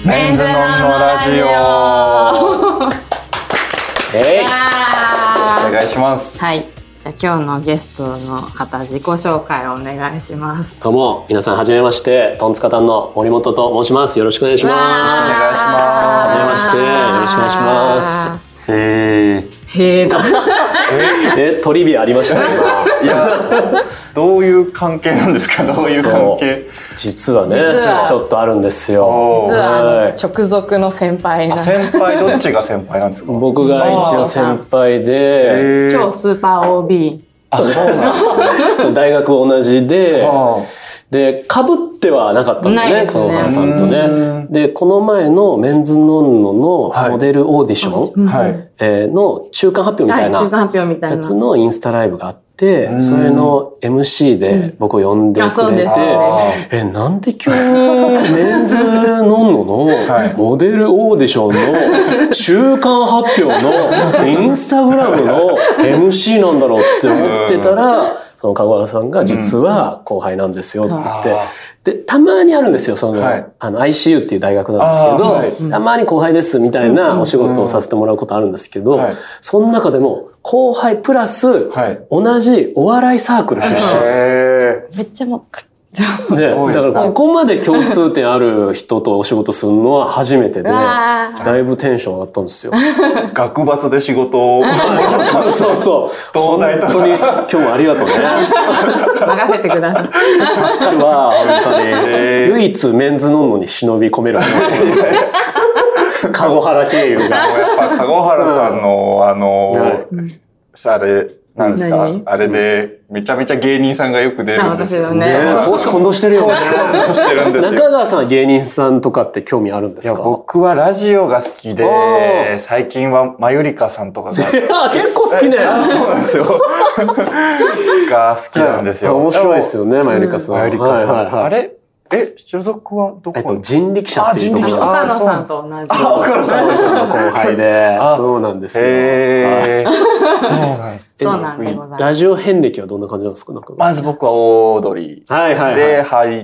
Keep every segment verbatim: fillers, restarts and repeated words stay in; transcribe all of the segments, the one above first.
メンズノンノラジオえいお願いします。 はい、じゃあ今日のゲストの方自己紹介をお願いします。 どうも皆さんはじめまして、トンツカタンの森本と申します。よろしくお願いします。 お願いします。 はじめまして、よろしくお願いします。 へーへーだえ、トリビアありましたね。 いや、どういう関係なんですか？どういう関係？ 実はね、 実はちょっとあるんですよ。 実はあのはい直属の先輩なんあ、先輩どっちが先輩なんですか？ 僕が一応先輩で、 超スーパー オービー。 あ、そうなんだ。 大学同じで、 あで、被ってはなかったんだね、 ないですね川原さんとね。で、この前のメンズノンノのモデルオーディション、 はい。 えーの中間発表みたいなはい、中間発表みたいなやつのインスタライブがあって、それの エムシー で僕を呼んでくれて、 うんあそうですえ、なんで急にメンズノンノのモデルオーディションの中間発表のインスタグラムの エムシー なんだろうって思ってたら、その川原さんが実は後輩なんですよって言って、で、たまにあるんですよ、その、 はい、 あの、アイシーユー っていう大学なんですけど、はい、たまに後輩ですみたいなお仕事をさせてもらうことあるんですけど、はい、その中でも後輩プラス、はい、同じお笑いサークル出身。 めっちゃもう、 ね、だからここまで共通点ある人とお仕事するのは初めてで、だいぶテンション上がったんですよ。 学閥で仕事を。 そうそうそう。東大とか。本当に今日もありがとうね。 任せてください。 助かるわ、本当に。唯一メンズノンノに忍び込める。籠原経由が。 やっぱ籠原さんの、あの、あれ、なんですかあれで、めちゃめちゃ芸人さんがよく出るんですよね。 公私混同してるよね。 公私混同してるんですよ。 中川さんは芸人さんとかって興味あるんですか？ いや、僕はラジオが好きで、最近はマユリカさんとかが。 あ、結構好きね。 そうなんですよ。が好きなんですよ。 面白いですよね、マユリカさん。 マユリカさん。あれえ、所属はどこ？ えっと、人力車っていうところ。 岡野さんと同じ。 あ、岡野さんの後輩で。そうなんですよ。 へー。そうなんです。 そうなんでございます。 ラジオ遍歴はどんな感じなんですか？ まず僕はオードリーで入って、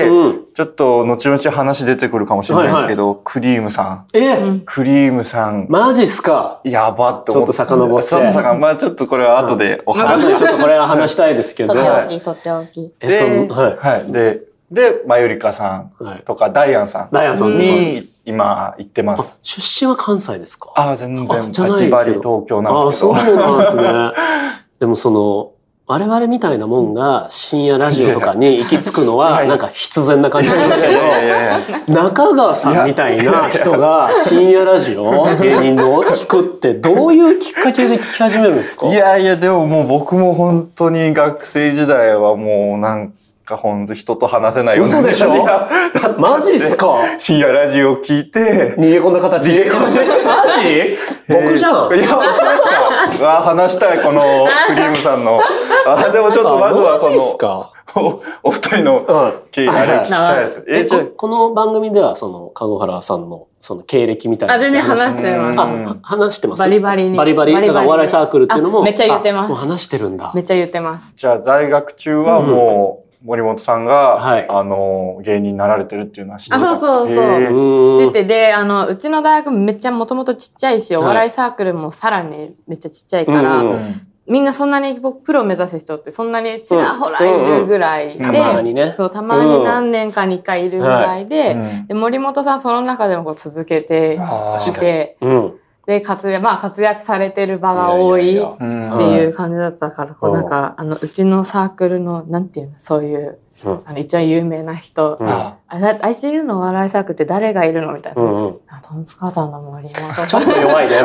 ちょっと後々話出てくるかもしれないですけど、クリームさん。 えクリームさん。 マジっすか？ やばって思って。ちょっと遡って。 ちょっと遡って。まあちょっとこれは後でお話。 ちょっとこれは話したいですけど。 とっておき、とっておき。 で、はい。で、で、マユリカさんとか、ダイアンさんに今行ってます。 出身は関西ですか？ ああ、全然。バリバリ東京なんですけど。 ああ、そうなんですね。でもその、我々みたいなもんが深夜ラジオとかに行き着くのはなんか必然な感じなんだけど、中川さんみたいな人が深夜ラジオ芸人の聞くってどういうきっかけで聞き始めるんですか？ いやいや、でももう僕も本当に学生時代はもうなんかほんと人と話せないような。 嘘でしょ？マジっすか？ 深夜ラジオ聞いて。 逃げ込んだ形。逃げ込んだマジ？僕じゃん。 いや、本当ですか？うわ、話したい、このクリームさんの。あ、でもちょっとまずはその、お、お二人の経緯、あれ聞きたいです。 え、じゃこの番組ではその、籠原さんのその経歴みたいな。 あ、全然話してます。 あ、話してます。 バリバリに。 バリバリ。だからお笑いサークルっていうのも。 めっちゃ言ってます。 もう話してるんだ。 めっちゃ言ってます。 じゃあ在学中はもう、森本さんが、はい、あの、芸人になられてるっていうのは知ってた。 あ、そうそうそう。知ってて、で、あの、うちの大学めっちゃもともとちっちゃいし、お笑いサークルもさらにめっちゃちっちゃいから、みんなそんなに僕プロ目指す人ってそんなにちらほらいるぐらいで、たまにね。そう、たまに何年かに一回いるぐらいで、で森本さんその中でもこう続けていて、で、活躍、まあ活躍されてる場が多いっていう感じだったから、こうなんか、あの、うちのサークルの、なんていうの、そういう、あの、一番有名な人、あ、アイシーユー のお笑いサークルって誰がいるのみたいな。トンツカタンの森本。 ちょっと弱いね。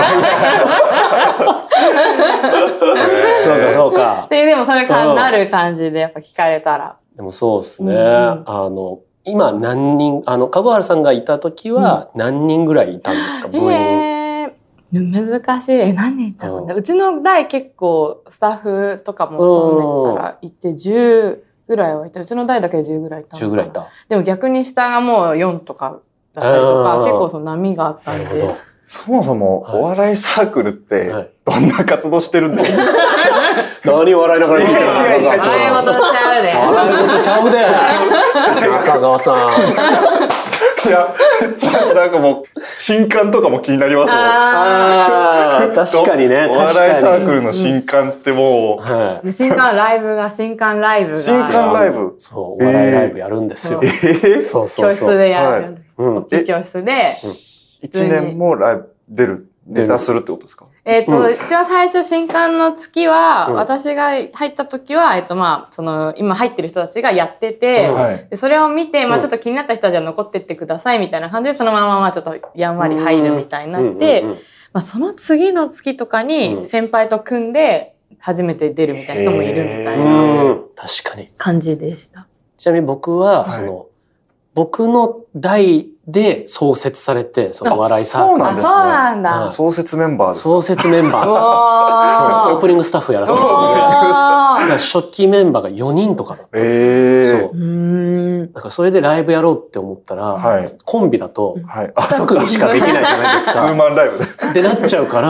そうか、そうか。 で、でもそういう感じになる感じで、やっぱ聞かれたら。 でもそうですね。あの、今何人、あの、籠原さんがいた時は何人ぐらいいたんですか、部員。 難しい。え、何人いたのね。うちの代結構スタッフとかもその年からいてじゅうぐらいはいた。うちの代だけでじゅうぐらいいた。 じゅうぐらいいた。 でも逆に下がもうよんとかだったりとか、結構その波があったんで。 そもそもお笑いサークルってどんな活動してるんですか？ 何笑いながら聞いてるの？ 笑い事ちゃうで。 笑い事ちゃうで。中川さん。 いや、なんかもう、新刊とかも気になりますもん。 ああ、確かにね。 お笑いサークルの新刊ってもう。 はい、新刊ライブが、新刊ライブが。 新刊ライブ。 そう、お笑いライブやるんですよ。 えー、 そうそうそう。 教室でやる。大きい教室で。 一年もライブ出る、ネタするってことですか？ えっと、一番最初、新刊の月は、私が入った時は、えっと、まあ、その、今入ってる人たちがやってて、でそれを見て、まあ、ちょっと気になった人はじゃあ残ってってください、みたいな感じで、そのまま、まあ、ちょっとやんわり入るみたいになって、まあ、その次の月とかに、先輩と組んで、初めて出るみたいな人もいるみたいな、 確かに。 感じでした。 ちなみに僕は、その、僕の代で創設されて、そのお笑いサークル。 そうなんですね。 そうなんだ。 創設メンバーですか？ 創設メンバー。そう。オープニングスタッフやらせてもらって。初期メンバーがよにんとかだった。 ええ。 そう。なんかそれでライブやろうって思ったら、コンビだと、に組しかできないじゃないですか。 ツーマンライブで。 でなっちゃうから、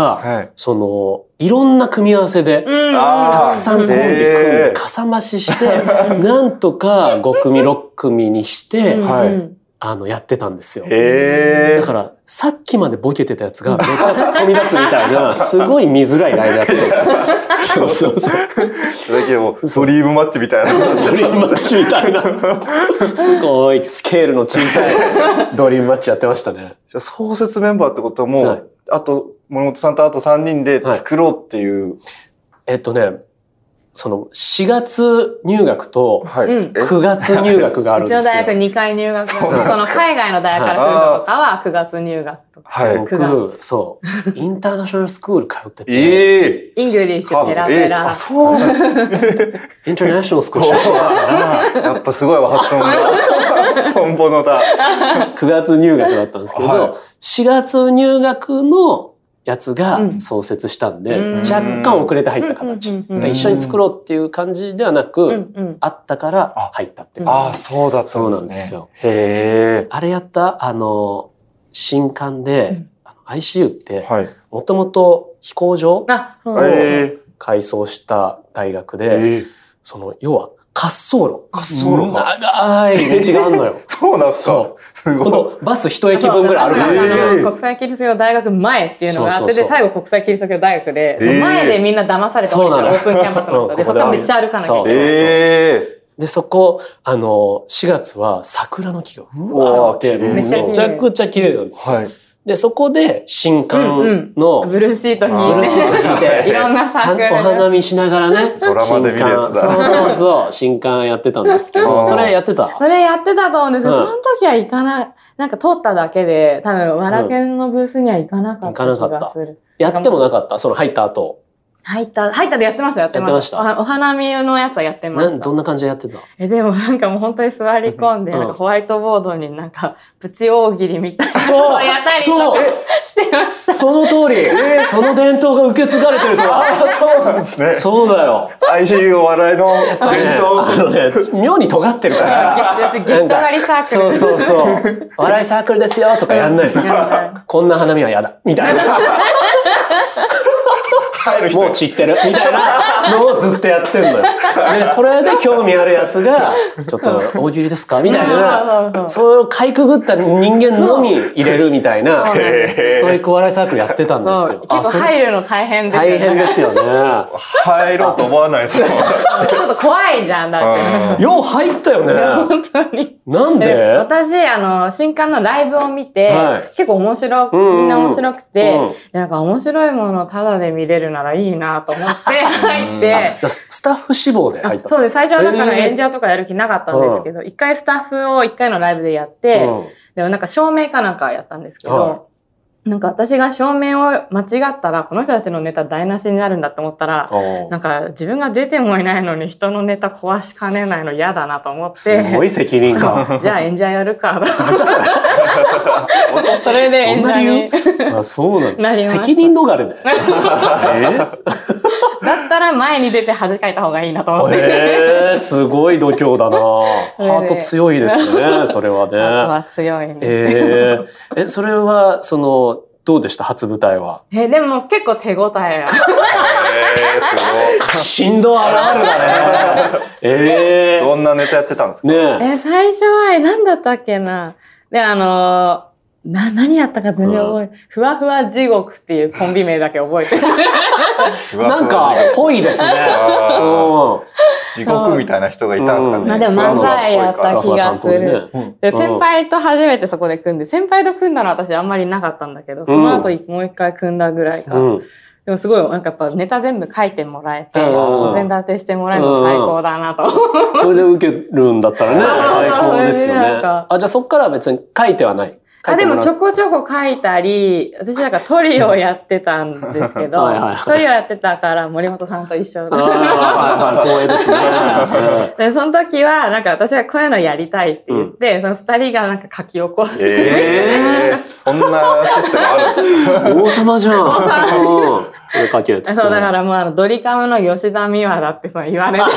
その、いろんな組み合わせで、たくさんコンビ組んで、かさ増しして、なんとかご組ろく組にして、あの、やってたんですよ。だから、さっきまでボケてたやつがめっちゃ突っ込み出すみたいな、すごい見づらいライブやってた。そうそうそう。 だけど、ドリームマッチみたいな。 ドリームマッチみたいな。すごい、スケールの小さいドリームマッチやってましたね。 じゃあ、創設メンバーってことはもう、はい、あと、森本さんとあとさんにんで作ろうっていう。はい、 えっとね、そのしがつ入学とくがつ入学があるんですよ。 うちの大学にかい入学。その海外の大学から来るのとかはくがつ入学とか。 はい。僕、そう。インターナショナルスクール通ってて。 ええー。イングリッシュペラペラ。 あ、そうなんですね。 インターナショナルスクール出身だから。 やっぱすごいわ、発音が。本物だ。 くがつ入学だったんですけど、はい、しがつ入学のやつが創設したんで、うん、若干遅れて入った形。うん、一緒に作ろうっていう感じではなく、うん、あったから入ったって感じ。 ああ、そうだったんですね。 そうなんですよ。 へえ。 あれやった、あの、新刊で、うん、アイシーユー って、もともと飛行場を改装した大学で、その、要は、滑走路。 滑走路か。長い道があんのよ。 そうなんすか。そう。すごい。 このバス一駅分ぐらいあるから。 国際キリスト教大学前っていうのがあって、で、最後国際キリスト教大学で、前でみんな騙されたオープンキャンパスので、そこめっちゃ歩かなきゃいけない。 で、そこ、あの、しがつは桜の木がうわーって、めちゃくちゃ綺麗なんですよ。はい。で、そこで新刊の、 ブルーシート引いて、 ブルーシート引いて、 いろんな桜お花見しながらね、 ドラマで見るやつだ。 そうそうそう、新刊やってたんですけど、それやってた？ それやってたと思うんですよ。その時は行かない、なんか通っただけで、多分、わらけんのブースには行かなかった気がする。行かなかった。 やってもなかった？その入った後。 入った、入ったでやってました、やってました。お花見のやつはやってました。 どんな感じでやってた？ え、でもなんかもう本当に座り込んで、なんかホワイトボードになんか、プチ大喜利みたいなのをやったりとかしてました。 その通り、えー、その伝統が受け継がれてるとは。 ああ、そうなんですね。 そうだよ。 アイシーユー お笑いの伝統。 あのね、妙に尖ってるから。 ギフト狩りサークル。 そうそうそう。お笑いサークルですよとかやんないの。こんな花見はやだ。みたいな。もう散ってるみたいなのをずっとやってんのよ。で、それで興味あるやつが、ちょっと大喜利ですかみたいな、それをかいくぐった人間のみ入れるみたいな、ストイック笑いサークルやってたんですよ。 結構入るの大変ですよね。 大変ですよね。 入ろうと思わないですよ。 ちょっと怖いじゃん、だって。 よう入ったよね。 本当に。 なんで？ 私、あの、新刊のライブを見て、結構面白く、みんな面白くて、なんか面白いものをタダで見れるならいいなと思って入って、 スタッフ志望で入った？ そうです。最初はだから演者とかやる気なかったんですけど、一回スタッフを一回のライブでやって、でもなんか照明かなんかやったんですけど、なんか私が照明を間違ったらこの人たちのネタ台無しになるんだって思ったら、なんか自分が出てもいないのに人のネタ壊しかねないの嫌だなと思って、 すごい責任感。 じゃあ演者やるか。それで演者にあ、そうなんなりました。 責任逃れだよ。 だったら前に出て恥かいた方がいいなと思って。 えー、すごい度胸だな。ハート強いですね、それはね。 ハートは強いね。 えー、え、それは、その、どうでした初舞台は？ え、でも結構手応えある。えー、 すごい。振動あるあるだね。えー。 どんなネタやってたんですか？ ねえ、最初は、何だったっけな。 で、あのー、な、何やったか全然覚え、うん、ふわふわ地獄っていうコンビ名だけ覚えてる。 なんか、ぽいですね。 地獄みたいな人がいたんですかね。 まあでも漫才やった気がする。で、先輩と初めてそこで組んで、先輩と組んだのは私あんまりなかったんだけど、その後もう一回組んだぐらいか。うん、でもすごい、なんかやっぱネタ全部書いてもらえて、お膳立てしてもらえるの最高だなと。 それで受けるんだったらね、最高ですよね。あ、じゃあそっからは別に書いてはない。 あ、でもちょこちょこ書いたり、私なんかトリオやってたんですけど、はいはいはい、トリオやってたから森本さんと一緒だ。 光栄ですね。 で、その時はなんか私がこういうのやりたいって言って、うん、その二人がなんか書き起こす。 えー、そんなシステムあるんですか？ 王様じゃん。書きやつ。 そう、だからもうあの、ドリカムの吉田美和だってその言われて。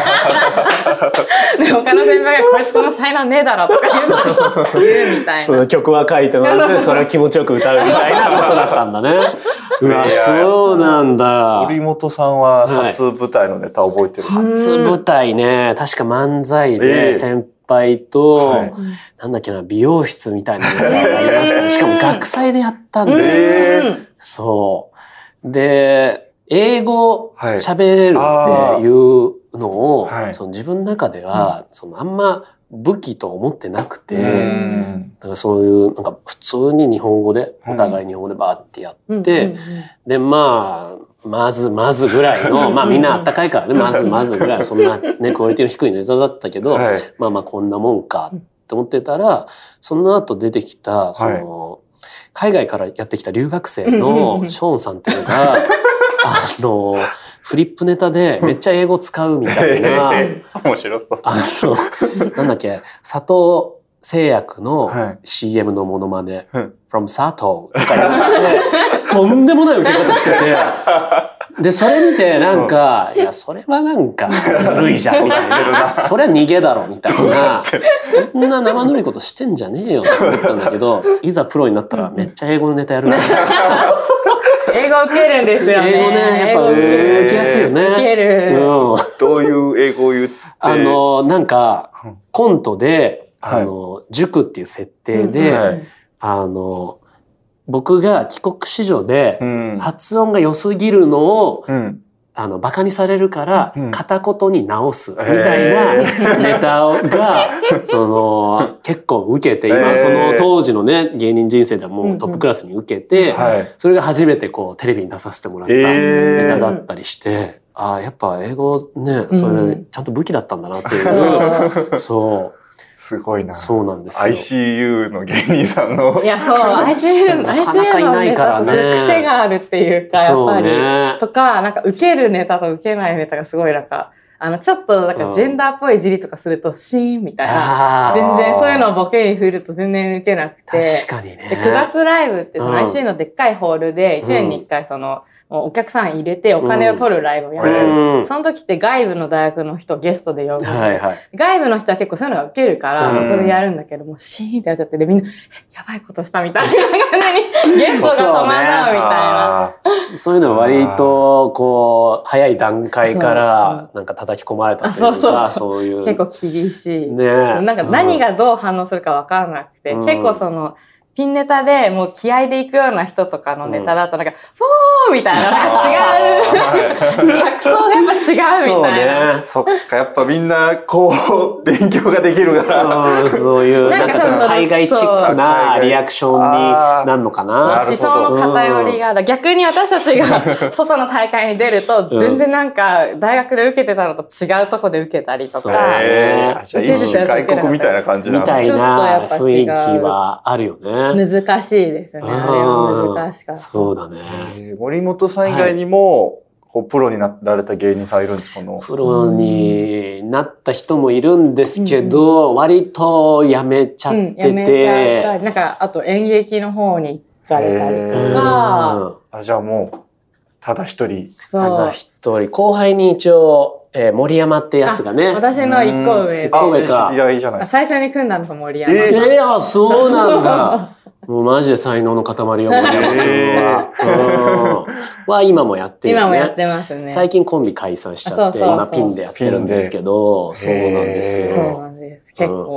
で、他の先輩がこいつその才能ねえだろとか言うの言うみたいな。 その曲は書いてもらって、それを気持ちよく歌うみたいなことだったんだね。うわ、そうなんだ。 森本さんは初舞台のネタ覚えてるんですか？ 初舞台ね、確か漫才で先輩と、はい、なんだっけな、美容室みたいなのがありましたね。しかも学祭でやったんで、えー、そう。で、英語喋れるっていうのを、はい、その自分の中では、そのあんま武器と思ってなくて、だからそういうなんか普通に日本語で、お互い日本語でバーってやって、で、まあ、まずまずぐらいの、まあみんなあったかいからね、まずまずぐらい、そんなね、クオリティの低いネタだったけど、はい、まあまあこんなもんかって思ってたら、その後出てきた、その、はい、海外からやってきた留学生のショーンさんっていうのが、あの、フリップネタでめっちゃ英語使うみたいな。 面白そう。 あの、なんだっけ、佐藤製薬の シーエム のモノマネ、はい、from 佐藤とか言って、とんでもない受け方してて、で、それ見てなんか、いや、それはなんかずるいじゃんみたいな。それは逃げだろみたいな。そんな生ぬるいことしてんじゃねえよって思ったんだけど、いざプロになったらめっちゃ英語のネタやるな。 英語受けるんですよね。 英語ね、やっぱ受けやすいよね。 受ける。 うん、どういう英語を言って？ あの、なんか、コントで、あの、塾っていう設定で、はい、あの、僕が帰国子女で発音が良すぎるのを、うん、あのバカにされるから片言に直すみたいなネタがその結構受けて、今その当時のね芸人人生ではもうトップクラスに受けて、それが初めてこうテレビに出させてもらったネタだったりして、ああやっぱ英語ねそれちゃんと武器だったんだなっていう、そう。 すごいな。 そうなんですよ。 アイシーユー の芸人さんの。 いや、そう、アイシーユー、アイシーユー のネタと癖があるっていうか、やっぱり。ね、とか、なんか受けるネタと受けないネタがすごいなんか、あの、ちょっとなんかジェンダーっぽいいじりとかすると、シーンみたいな。全然そういうのをボケに振ると全然受けなくて。 確かにね。 で、くがつライブってその アイシーユー のでっかいホールで、いちねんにいっかいその、お客さん入れてお金を取るライブをやる、うん、その時って外部の大学の人をゲストで呼ぶ、はいはい、外部の人は結構そういうのが受けるから、うん、そこでやるんだけどもシーンってやっちゃってでみんなやばいことしたみたいな感じにゲストが戸惑うみたいなそう、ね、そういうのは割とこう早い段階からなんか叩き込まれたというか、そうそうそういう結構厳しい、ね、なんか何がどう反応するか分かんなくて、うん、結構そのピンネタでもう気合でいくような人とかのネタだとなんか、うん、フォーみたいな、なんか違う、客層がやっぱ違うみたいな。そうね。 そっか、やっぱみんなこう、勉強ができるから。 そういう、なんかその海外チックなリアクションになるのかな。 思想の偏りが、逆に私たちが外の大会に出ると、全然なんか大学で受けてたのと違うとこで受けたりとか。 へー。じゃあ一種外国みたいな感じなんですね。 みたいな雰囲気はあるよね。 難しいですね。あれは難しかった。 そうだね。 森本さん以外にも、はい、こうプロになられた芸人さんいるんですか？ プロになった人もいるんですけど、うん、割とやめちゃってて、うん、やめちゃった。 なんかあと演劇の方に行かれたりとか。 あ、じゃあもうただ一人。 ただ一人。後輩に一応。えー、森山ってやつがね。 私の一個上で。 一個上か。 いや、いいじゃないですか。最初に組んだのと森山。 えー、えー、あ、そうなんだ。もうマジで才能の塊よ、森山君は。は今もやってる、ね。 今もやってますね。 最近コンビ解散しちゃって、今ピンでやってるんですけど、そうなんですよ。 そうなんです。結構。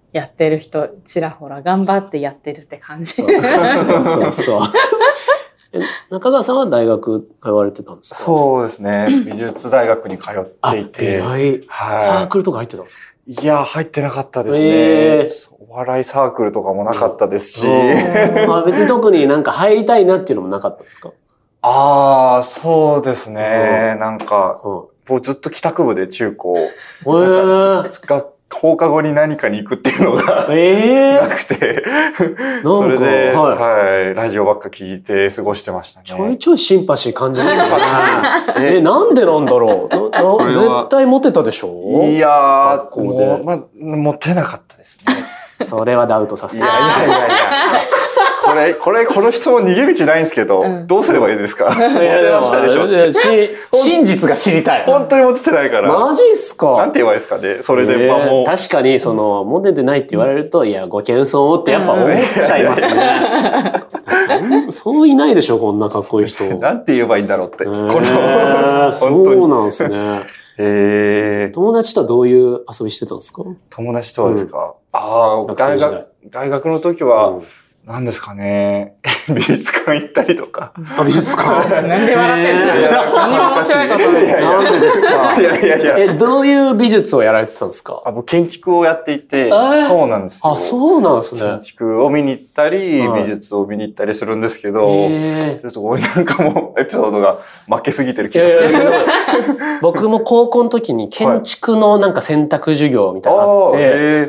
やってる人ちらほら頑張ってやってるって感じ。 そうそうそうそう中川さんは大学通われてたんですか？ そうですね。美術大学に通っていて。 はい、サークルとか入ってたんですか？ いや、入ってなかったですね。えー、お笑いサークルとかもなかったですし。 まあ別に特になんか入りたいなっていうのもなかったですか？ ああ、そうですね。なんか、僕、うん、ずっと帰宅部で中高。えー放課後に何かに行くっていうのが、えー、なくて、それで、はい、はい、ラジオばっか聞いて過ごしてましたね。 ちょいちょいシンパシー感じますね。えー、なんでなんだろうなな絶対モテたでしょ？いやー、もう、まあ、モテなかったですね。 それはダウトさせて。いやいやいやいや。 これ、これ、この質問逃げ道ないんですけど、うん、どうすればいいですか？モテましたでしょ？ し真実が知りたい。 本当にモテてないから。 マジっすか？ なんて言えばいいですかね？それで、まあもう。 確かに、その、モテてないって言われると、いや、ご謙遜ってやっぱ思っちゃいますね。そういないでしょ、こんなかっこいい人。 なんて言えばいいんだろうって。このそうなんですね。 へー。 友達とはどういう遊びしてたんですか？ 友達とはですか？ああ、大学、大学の時は、何ですかね。美術館行ったりとか。 あ、美術館なんで笑ってんの？何も面白いことない。 なんでですか？ いやいやいや。 え、どういう美術をやられてたんですか？ あ、僕建築をやっていて、そうなんですよ。 あ、そうなんですね。 建築を見に行ったり、美術を見に行ったりするんですけど、ちょっと俺なんかもエピソードが負けすぎてる気がするけど。 僕も高校の時に建築のなんか選択授業みたいなのがあって、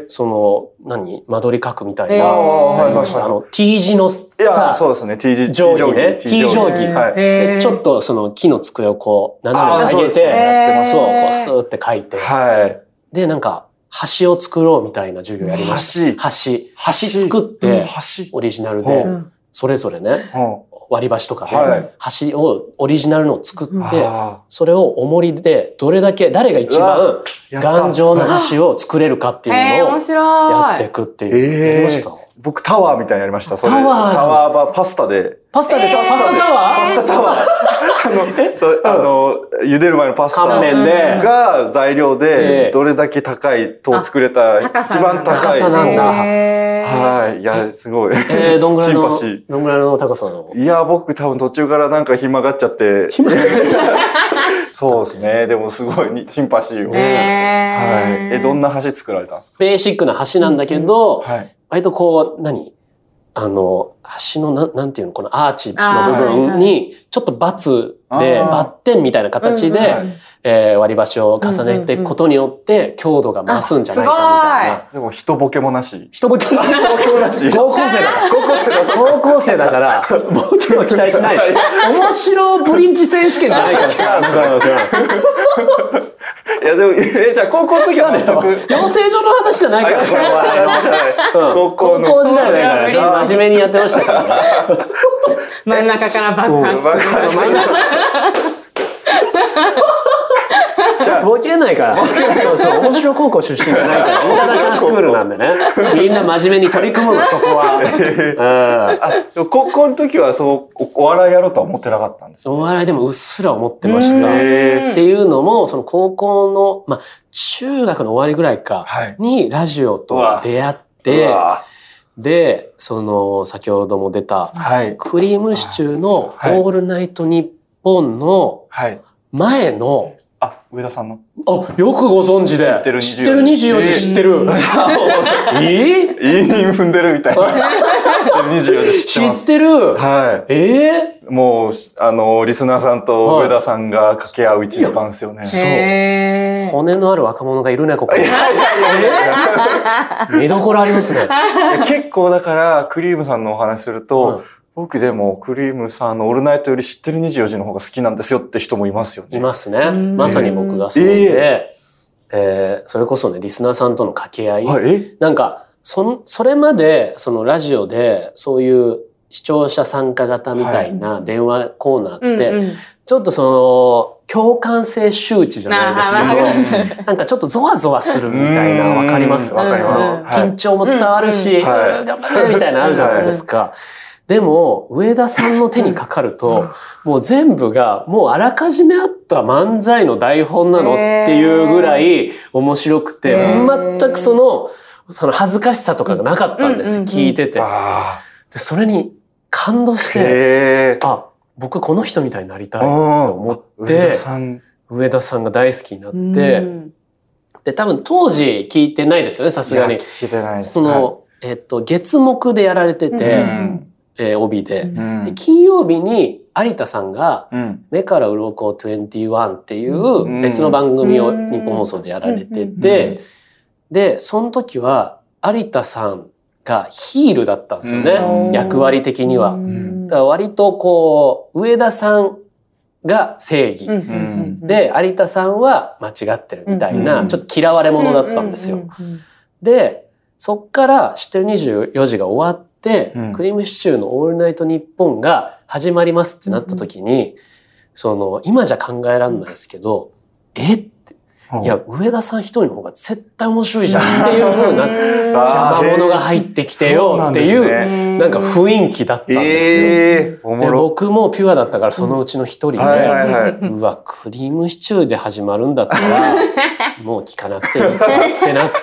その、何間取り書くみたいな。ありました。あの、T 字のさ、 いや、そうですね。T 字、 定規ね。T 定規。はい。ちょっとその木の机をこう、斜めに上げて、そう、こうスーって書いて。はい。で、なんか、橋を作ろうみたいな授業やりました。橋。橋。橋作って、オリジナルで、それぞれね、割り箸とかで、橋を、オリジナルのを作って、それを重りで、どれだけ、誰が一番頑丈な橋を作れるかっていうのをやっていくっていう。やりました？ 僕タワーみたいにやりました。それタワータワーはパスタで。 パスタで、パスタタワーパスタタワーあの、そう、あの、茹でる前のパスタが材料で、どれだけ高いと作れた、一番高い。 高さなんだ。 はい。いや、すごい。 えー、どんぐらいの、どんぐらいの高さなの？ いや、僕多分途中からなんか暇がっちゃって。暇がっちゃった。そうですね。でもすごいシンパシーを。はい。え、どんな橋作られたんですか？ ベーシックな橋なんだけど、はい。割とこう、何あの、橋のな、なんていうのこのアーチの部分に、ちょっとバツで、バッテンみたいな形で、えー、割り箸を重ねていくことによって、強度が増すんじゃないかみたいな。 でも、人ボケもなし。 人ボケもなし。 人ボケもなし。 高校生だから。 高校生だから。 高校生だから、ボケは期待しない。面白ブリンチ選手権じゃないからさ、 いやでも、え、じゃあ高校の時は全く。 養成所の話じゃないからさ。高校の。高校時代だから、真面目にやってましたからね。 真ん中から爆発する。 ボケないから。そうそう、面白高校出身じゃないから、インターナショナルスクールなんでね。みんな真面目に取り組むの、そこは。 うん、高校の時はそう、お笑いやろうとは思ってなかったんですか？ お笑いでもうっすら思ってました。っていうのも、その高校の、まあ、中学の終わりぐらいか、にラジオと出会って、で、その、先ほども出た、クリームシチューのオールナイトニッポンの前の、 あ、上田さんの。 あ、よくご存知で。知ってるにじゅうよじ。知ってるにじゅうよじ知ってる。えいい韻踏んでるみたいな。にじゅうよじ知ってます。 知ってる。 はい。 ええもう、あの、リスナーさんと上田さんが掛け合ういちじかんですよね。 そう。骨のある若者がいるね、ここに。見どころありますね。 結構だから、クリームさんのお話すると、僕でもクリームさんのオールナイトより知ってるにじゅうよじの方が好きなんですよって人もいますよね。 いますね。まさに僕がそうで、えーえー、それこそね、リスナーさんとの掛け合い。はい、なんか、そ、それまで、そのラジオで、そういう視聴者参加型みたいな電話コーナーって、はいうんうん、ちょっとその、共感性周知じゃないですけど、なんかちょっとゾワゾワするみたいな、わかりますわかります。緊張も伝わるし、うんうんはい、頑張れみたいなのあるじゃないですか。はいでも、上田さんの手にかかると、もう全部が、もうあらかじめあった漫才の台本なのっていうぐらい面白くて、全くその、 その恥ずかしさとかがなかったんです、うん、聞いてて。で、それに感動して、あ、僕この人みたいになりたいと思って、上田さん、上田さんが大好きになって、うん、で、多分当時聞いてないですよね、さすがに。 聞いてないです。 その、はい、えっと、月木でやられてて、うんえー、帯で、うん、で。金曜日に有田さんが、うん、目から鱗にじゅういちっていう別の番組を日本放送でやられてて、うん、で、その時は有田さんがヒールだったんですよね、うん、役割的には。うん、だから割とこう、上田さんが正義、うん、で、有田さんは間違ってるみたいな、うん、ちょっと嫌われ者だったんですよ。で、そっから知ってるにじゅうよじが終わって、うん、クリームシチューのオールナイトニッポンが始まりますってなった時に、うん、その、今じゃ考えらんないですけど、えって、いや、上田さん一人の方が絶対面白いじゃんっていう風な、邪魔者が入ってきてよっていう、なんか雰囲気だったんですよ。えー、で、僕もピュアだったからそのうちの一人で、うわ、クリームシチューで始まるんだったら、もう聞かなくていいかってなって、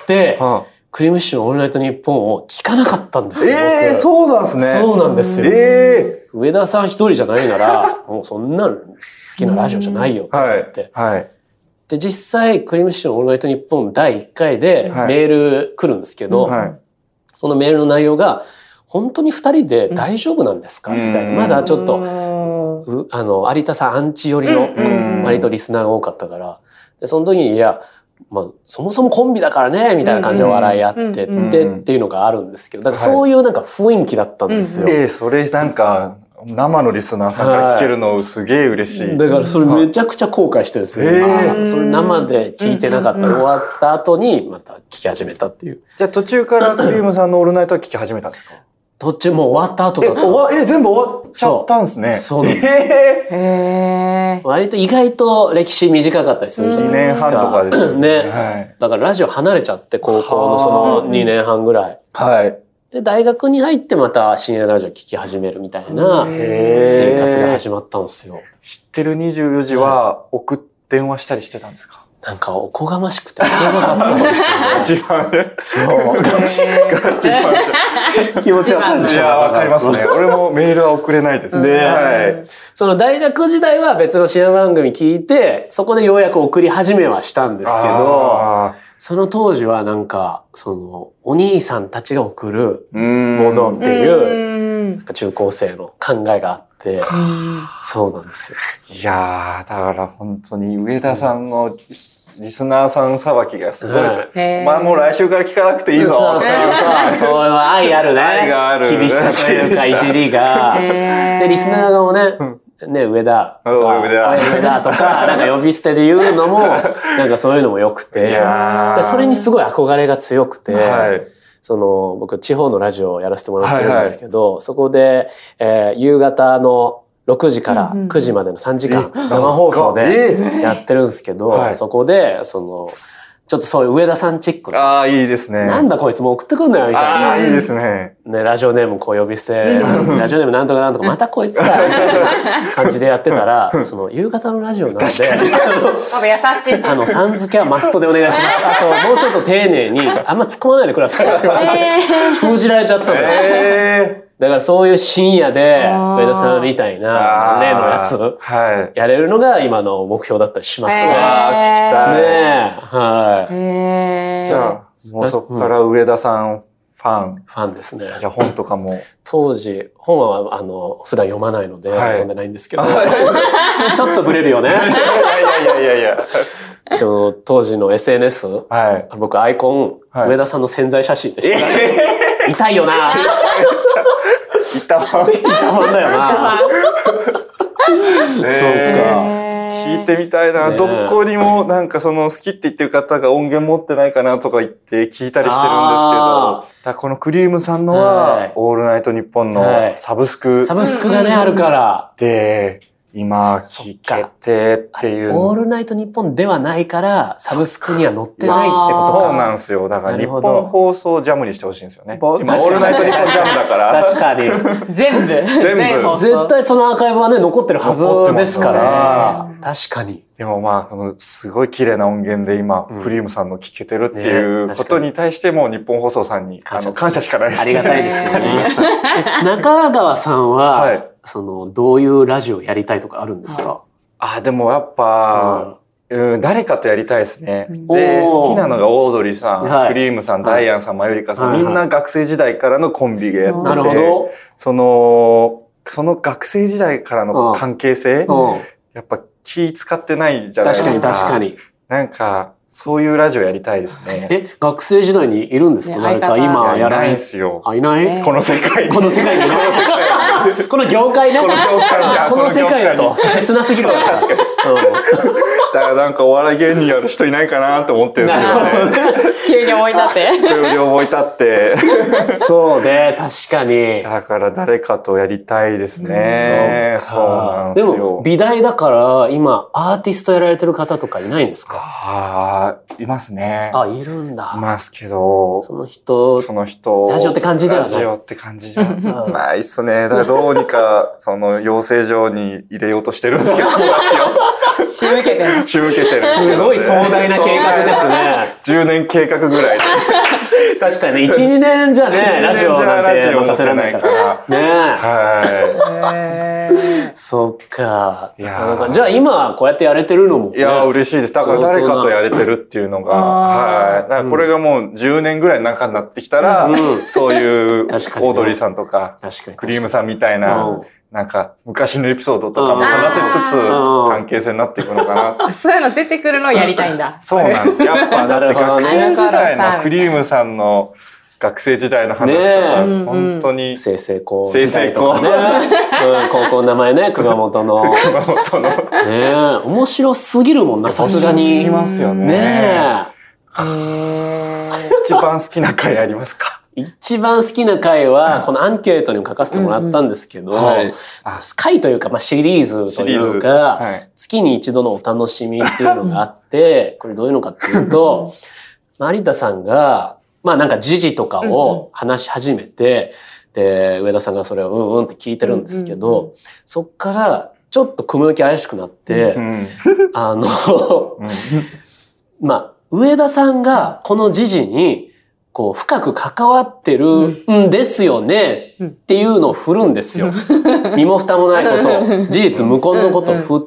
クリームシチューのオールナイトニッポンを聞かなかったんですよ。 ええー、そうなんですね。 そうなんですよ。えー、上田さん一人じゃないなら、もうそんな好きなラジオじゃないよって思って。はい。はい。で、実際、クリームシチューのオールナイトニッポンだいいっかいでメール来るんですけど、はい、そのメールの内容が、本当に二人で大丈夫なんですか、うん、みたいな。まだちょっと、あの、有田さんアンチ寄りの、割とリスナーが多かったから、で、その時に、いや、まあ、そもそもコンビだからね、みたいな感じで笑い合ってってっていうのがあるんですけど、だからそういうなんか雰囲気だったんですよ。 はい、ええ、それなんか、生のリスナーさんから聞けるのすげえ嬉しい。はい、 だからそれめちゃくちゃ後悔してるんですよ。えー、それ生で聞いてなかった。終わった後にまた聞き始めたっていう。 じゃあ途中からクリームさんのオールナイトは聞き始めたんですか？ 途中もう終わった後だった。 え、終わ、え、全部終わっちゃったんですね。 そうなんです。へー。割と意外と歴史短かったりするじゃないですか。 にねんはんとかですね。ね。はい。だからラジオ離れちゃって、高校のそのにねんはんぐらい。はい。で、大学に入ってまた深夜ラジオ聞き始めるみたいな生活が始まったんですよ。 知ってるにじゅうよじは送っ電話したりしてたんですか？ なんかおこがましくておこがかったんですよね。 ガチファンね。 そう。ガチ、 ガチファン。 気持ちわかるでしょ。 いや、わかりますね。俺もメールは送れないですね。はい。 その大学時代は別の深夜番組聞いて、そこでようやく送り始めはしたんですけど、その当時はなんか、その、お兄さんたちが送るものっていう、なんか中高生の考えがあって、そうなんですよ。 いやー、だから本当に上田さんのリスナーさんさばきがすごいですね。まあもう来週から聞かなくていいぞ。 そうそうそう。そういう愛あるね。 愛がある。 厳しさというか、いじりが。で、リスナーがね、ね、上田とか、上田。上田とか、なんか呼び捨てで言うのも、なんかそういうのも良くて、でそれにすごい憧れが強くて、はい、その、僕、地方のラジオをやらせてもらってるんですけど、はいはい、そこで、えー、夕方のろくじからくじまでのさんじかん、生放送でやってるんですけど、はい、そこで、その、ちょっとそういう上田さんチックな。 ああ、いいですね。 なんだこいつもう送ってくんのよ、みたいな。 ああ、いいですね。 ね、ラジオネームこう呼び捨て、ラジオネームなんとかなんとか、またこいつか、みたいな感じでやってたら、その、夕方のラジオなんで、 優しい。 あの、さん付けはマストでお願いします。あと、もうちょっと丁寧に、あんま突っ込まないでくださいって言われて、封じられちゃったのよ。えーだからそういう深夜で、上田さんみたいな例のやつ、はい、やれるのが今の目標だったりしますね。 ああ、聞きたい。 ねはい。 じゃあ、もうそこから上田さんファン。 ファンですね。 じゃあ本とかも。 当時、本はあの、普段読まないので、はい、読んでないんですけど、ちょっとブレるよね。いやいやいやいや。 でも当時の エスエヌエス、はい、僕アイコン、はい、上田さんの宣材写真でした。痛いよな。 いたわ。 いたわんだよな。 そうか。聞いてみたいな。どこにもなんかその好きって言ってる方が音源持ってないかなとか言って聞いたりしてるんですけど、だこのクリームさんのは、オールナイトニッポンのサブスク。 サブスクがね、あるから。 で、 今聞けてっていう。 オールナイトニッポンではないから、サブスクには載ってないってことか。 そうなんですよ。だから日本放送ジャムにしてほしいんですよね。今、オールナイトニッポンジャムだから。 確かに。 全部。 全部。 絶対そのアーカイブはね、残ってるはずですから。確かに。 でもまあ、このすごい綺麗な音源で今、うん、クリームさんの聴けてるっていうことに対しても、日本放送さんにあの感謝しかないですね。 ありがたいですよね。中川さんは、はい、その、どういうラジオやりたいとかあるんですか？ あ、でもやっぱ、うん、誰かとやりたいですね。で、好きなのがオードリーさん、はい、クリームさん、ダイアンさん、マユリカさん、はい、みんな学生時代からのコンビでやってて、なるほど。その、その学生時代からの関係性、やっぱ気使ってないじゃないですか。 確かに確かに。 なんか、そういうラジオやりたいですね。 え、学生時代にいるんですか？誰か今やらない。 いないですよ。 あ、いない？ この世界に。 この世界に。この世界に。この業界ね。 この業界この世界だと切なすぎるから。 だからなんかお笑い芸人やる人いないかなと思ってるんですよね。 急に思い立って。 急に思い立って。 そうね、確かに。 だから誰かとやりたいですね。そうなんですよ。 でも美大だから今アーティストやられてる方とかいないんですか？ ああ、いますね。 あ、いるんだ。 いますけど。 その人、 その人。 ラジオって感じだよね。 ラジオって感じじゃないっすね。だからどうにか、その養成所に入れようとしてるんですけど、友達を。 仕向けてる。 仕向けてる。 すごい壮大な計画ですね。 じゅうねん計画ぐらいで。 確かにね、いち、にねんじゃね、ラジオなんて任せられないから。ねはい。そっか。じゃあ今こうやってやれてるのも。 いや、嬉しいです。だから誰かとやれてるっていうのが。はい。だからこれがもうじゅうねんぐらい中になってきたら、そういうオードリーさんとか、クリームさんみたいな、なんか、昔のエピソードとかも話せつつ、関係性になっていくのかな。 そういうの出てくるのをやりたいんだ。 そうなんです。やっぱ、だって学生時代のクリームさんの学生時代の話とか、本当に。 清々高時代とかね。高校の名前ね、熊本の。 熊本の。 ね面白すぎるもんな、さすがに。 面白すぎますよね。 ね一番好きな回ありますか？ 一番好きな回は、このアンケートにも書かせてもらったんですけど、回というか、まあ、シリーズというか、はい、月に一度のお楽しみっていうのがあって、これどういうのかっていうと、有田さんが、まあなんか時事とかを話し始めて、で、上田さんがそれをうんうんって聞いてるんですけど、そっからちょっと雲行き怪しくなって、うん、あの、まあ、上田さんがこの時事に、こう、深く関わってるんですよねっていうのを振るんですよ。身も蓋もないことを、事実無根のことを振って、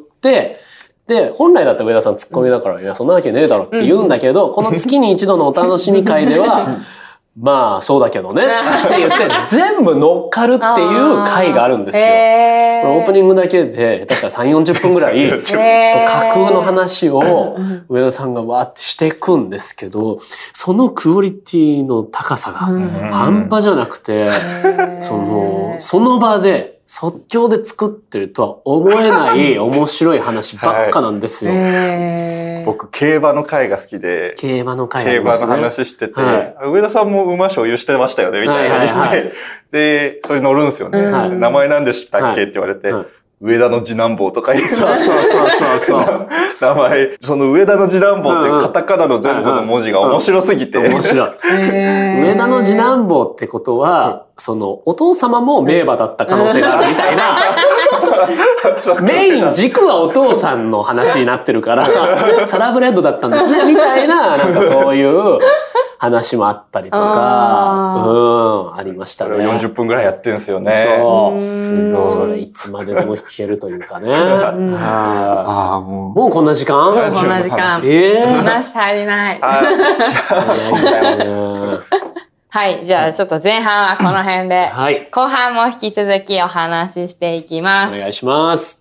で、本来だったら上田さんツッコミだから、いや、そんなわけねえだろって言うんだけど、この月に一度のお楽しみ会では、まあ、そうだけどねって言って、全部乗っかるっていう回があるんですよ。これオープニングだけで、下手したらさんじゅうよんじゅっぷんぐらい、ちょっと架空の話を上田さんがわーってしていくんですけど、そのクオリティの高さが半端じゃなくて、その、その場で、即興で作ってるとは思えない面白い話ばっかなんですよ。 はい、僕、競馬の回が好きで、 競馬の回ありますね。競馬の話してて、はい、上田さんも馬所有してましたよね、みたいな話して、はいはいはい、で、それ乗るんですよね。はい、名前なんでしたっけ、はい、って言われて、はい、上田の次男坊とか言って、 そうそうそうそう。 名前、その上田の次男坊っていうカタカナの全部の文字が面白すぎて。 面白い。上田の次男坊ってことは、その、お父様も名馬だった可能性があるみたいな。メイン、軸はお父さんの話になってるから、サラブレッドだったんですね、みたいな、なんかそういう話もあったりとか、うん、ありましたね。 よんじゅっぷんぐらいやってるんですよね。 そう。すごい。それいつまでも弾けるというかね。ああ、もう。もうこんな時間？ もうこんな時間。 ええー。 話足りない。はい。じゃあ、ちょっと前半はこの辺で。はい。後半も引き続きお話ししていきます。 お願いします。